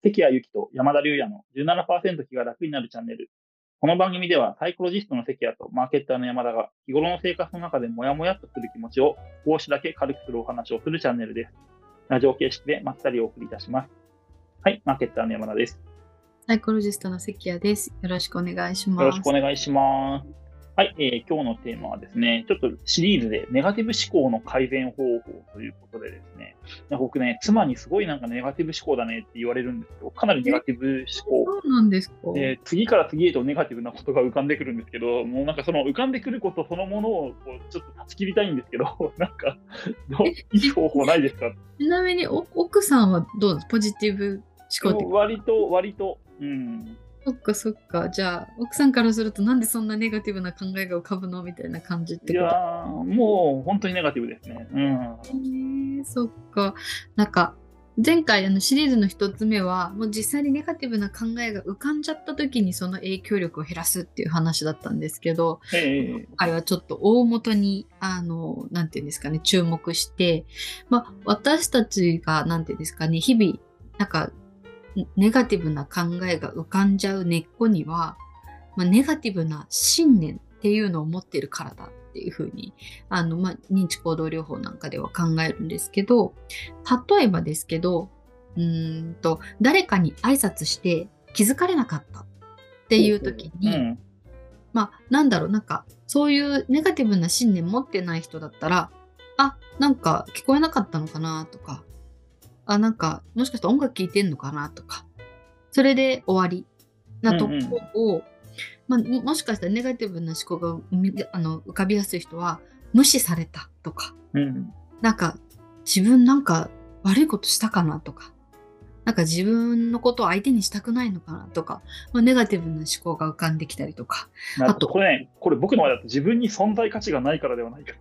関谷由紀と山田龍也の17%気が楽になるチャンネル。この番組ではサイコロジストの関谷とマーケッターの山田が日頃の生活の中でモヤモヤっとする気持ちを少しだけ軽くするお話をするチャンネルです。ラジオ形式でまったりお送りいたします。はい、マーケッターの山田です。 サイコロジストの関谷です。よろしくお願いしよろます。 しくお願いします。はい、今日のテーマはですね、ちょっとシリーズでネガティブ思考の改善方法ということでですね、僕ね、妻にすごいなんかネガティブ思考だねって言われるんですけど、かなりネガティブ思考そうなんですか。 で、次から次へとネガティブなことが浮かんでくるんですけど、もうなんかその浮かんでくることそのものをこうちょっと断ち切りたいんですけど、なんかいい方法ないですか？ ちなみに奥さんはどうです？ポジティブ思考って。 割と、 そっかそっか。じゃあ奥さんからするとなんでそんなネガティブな考えが浮かぶのみたいな感じっていやこと。 ー、もう本当にネガティブですね。 そっか。なんか前回シリーズの一つ目はもう実際にネガティブな考えが浮かんじゃった時にその影響力を減らすっていう話だったんですけど、今回はちょっと大元になんていうんですかね、注目して、私たちがなんていうんですかね、日々なんかネガティブな考えが浮かんじゃう根っこには、ネガティブな信念っていうのを持ってるからだっていうふうに認知行動療法なんかでは考えるんですけど、例えばですけど、誰かに挨拶して気づかれなかったっていう時に、なんだろう、なんかそういうネガティブな信念持ってない人だったら、なんか聞こえなかったのかなとか、なんかもしかしたら音楽聴いてんのかなとか、それで終わりなところを、もしかしたらネガティブな思考が浮かびやすい人は、無視されたとか、なんか自分なんか悪いことしたかなとか、なんか自分のことを相手にしたくないのかなとか、ネガティブな思考が浮かんできたりとか。 あとこれ僕の場合だと自分に存在価値がないからではないか。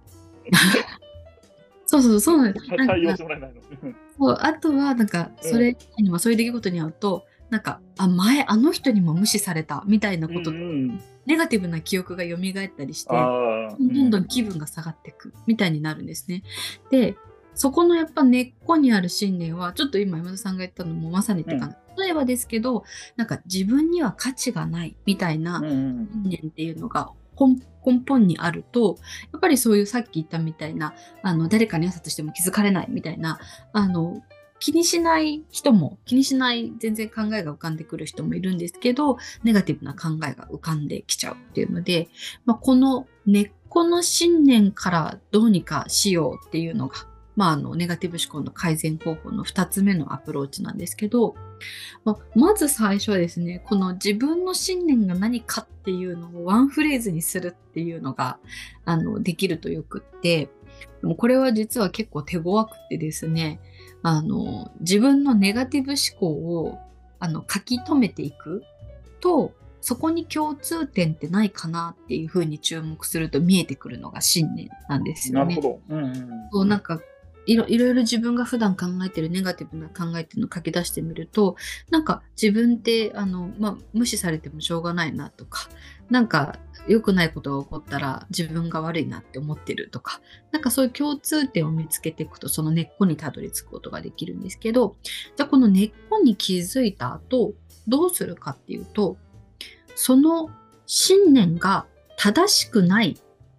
そうなんです。 対応してもらえないの。 そう、あとはなんかそういう出来事に遭うと、なんか前あの人にも無視されたみたいなこと、ネガティブな記憶が蘇ったりして、どんどん気分が下がっていくみたいになるんですね。で、そこのやっぱ根っこにある信念は、ちょっと今山田さんが言ったのもまさにって感じ。例えばですけど、なんか自分には価値がないみたいな信念っていうのが根本にあると、やっぱりそういうさっき言ったみたいな、誰かに挨拶しても気づかれないみたいな、気にしない人も、気にしない全然考えが浮かんでくる人もいるんですけど、ネガティブな考えが浮かんできちゃうっていうので、この根っこの信念からどうにかしようっていうのが、ネガティブ思考の改善方法の2つ目のアプローチなんですけど、まず最初はですね、この自分の信念が何かっていうのをワンフレーズにするっていうのができるとよくって、でもこれは実は結構手強くてですね、自分のネガティブ思考を書き留めていくと、そこに共通点ってないかなっていうふうに注目すると見えてくるのが信念なんですよね。 なるほど。 そう、なんかいろいろ自分が普段考えてるネガティブな考えっていうのを書き出してみると、なんか自分って無視されてもしょうがないなとか、なんか良くないことが起こったら自分が悪いなって思ってるとか、なんかそういう共通点を見つけていくとその根っこにたどり着くことができるんですけど、じゃあこの根っこに気づいた後どうするかっていうと、その信念が正しくない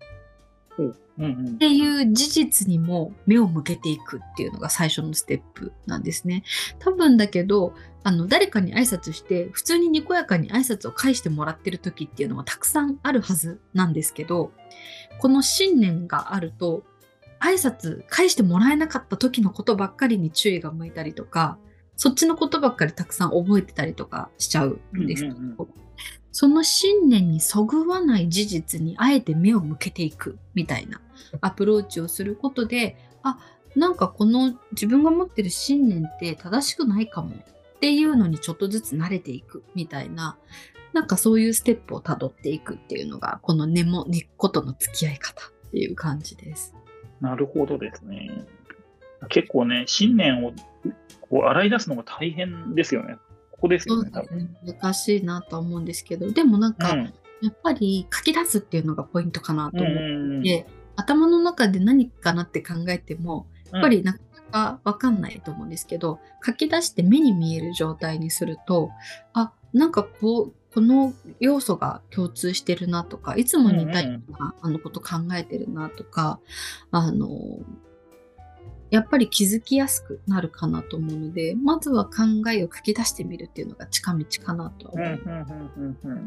っていう事実にも目を向けていくっていうのが最初のステップなんですね。多分だけど、誰かに挨拶して普通ににこやかに挨拶を返してもらってる時っていうのはたくさんあるはずなんですけど、この信念があると挨拶返してもらえなかった時のことばっかりに注意が向いたりとか、そっちのことばっかりたくさん覚えてたりとかしちゃうんですけど、その信念にそぐわない事実にあえて目を向けていくみたいなアプローチをすることで、なんかこの自分が持ってる信念って正しくないかもっていうのにちょっとずつ慣れていくみたいな、なんかそういうステップをたどっていくっていうのがこの根っことの付き合い方っていう感じです。 なるほどですね。結構ね、信念をこう洗い出すのが大変ですよね。ここですよね、多分。 難しいなとは思うんですけど、でもなんか、やっぱり書き出すっていうのがポイントかなと思って、頭の中で何かなって考えても、やっぱりかわかんないと思うんですけど、書き出して目に見える状態にすると、あ、なんかこの要素が共通してるなとか、いつも似たようなこと考えてるなとか、あの、やっぱり気づきやすくなるかなと思うので、まずは考えを書き出してみるっていうのが近道かなとは思います。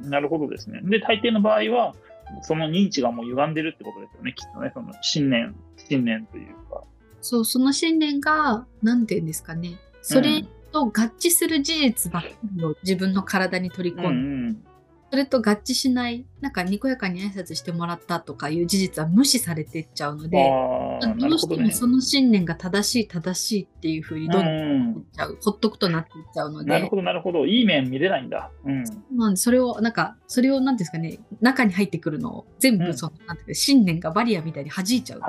なるほどですね。で、大抵の場合は、その認知がもう歪んでるってことですよね、きっとね。その信念というか。 そう、その信念が、なんていうんですかね、それと合致する事実ばっかりを自分の体に取り込んで、それと合致しない、なんかにこやかに挨拶してもらったとかいう事実は無視されていっちゃうので、どうしてもその信念が正しいっていうふうにどんどんなっていっちゃう、ほっとくとなっていっちゃうので。 なるほど、なるほど。いい面見れないんだ。 それを、なんですかね、中に入ってくるのを全部なんていうか、信念がバリアみたいに弾いちゃう。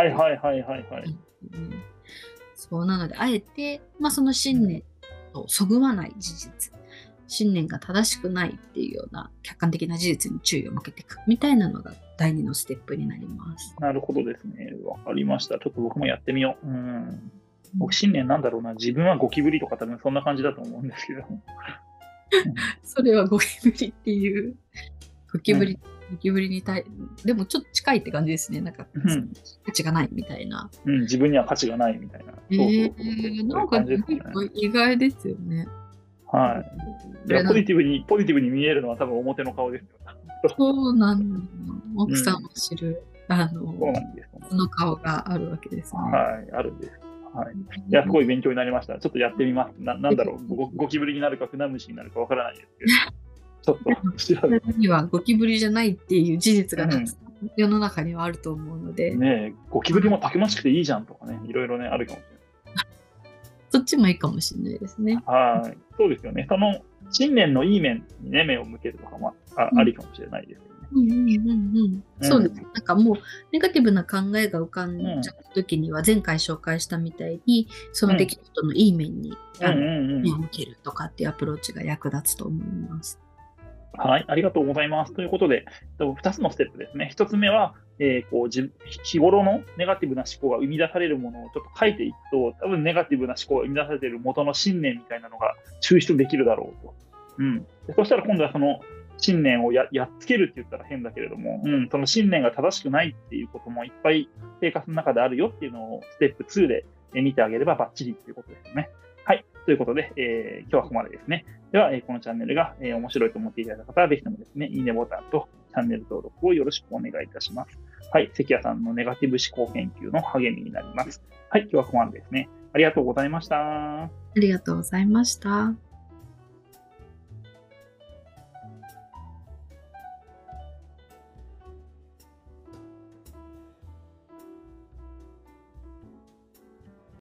そうなので、あえて、その信念とそぐわない事実、信念が正しくないっていうような客観的な事実に注意を向けていくみたいなのが第2のステップになります。 なるほどですね。わかりました。ちょっと僕もやってみよう。僕、信念なんだろうな。自分はゴキブリとか多分そんな感じだと思うんですけど。 それはゴキブリっていう、ゴキブリにでもちょっと近いって感じですね。なんか、価値がないみたいな。 自分には価値がないみたいな。 なんか意外ですよね。 はい。いや、ポジティブに見えるのは多分表の顔ですよ。 そうなんだ。奥さんを知る、 そうなんです。 その顔があるわけですね。 はい、あるんです。はい。いや、すごい勉強になりました。ちょっとやってみます。なんだろう、ゴキブリになるか、クナムシになるかわからないですけど、ちょっと調べて。 にはゴキブリじゃないっていう事実が世の中にはあると思うので。 ねえ、ゴキブリもたくましくていいじゃんとかね、いろいろね、あるかもしれない。 そっちもいいかもしれないですね。 はい。そうですよね。その、信念のいい面にね、目を向けるとかもありかもしれないですよね。 そうです。なんかもう、ネガティブな考えが浮かんじゃった時には、前回紹介したみたいに、その出来事のいい面に目を向けるとかっていうアプローチが役立つと思います。 はい、ありがとうございます。ということで、2つのステップですね。1つ目は、日頃のネガティブな思考が生み出されるものをちょっと書いていくと、多分ネガティブな思考が生み出されている元の信念みたいなのが抽出できるだろうと。そしたら今度はその信念をやっつけるって言ったら変だけれども、その信念が正しくないっていうこともいっぱい生活の中であるよっていうのをステップ2で見てあげればバッチリっていうことですよね。はい。ということで、今日はここまでですね。では、このチャンネルが、面白いと思っていただいた方は、ぜひともですね、いいねボタンとチャンネル登録をよろしくお願いいたします。はい。関谷さんのネガティブ思考研究の励みになります。はい。今日はここまでですね。ありがとうございました。 ありがとうございました。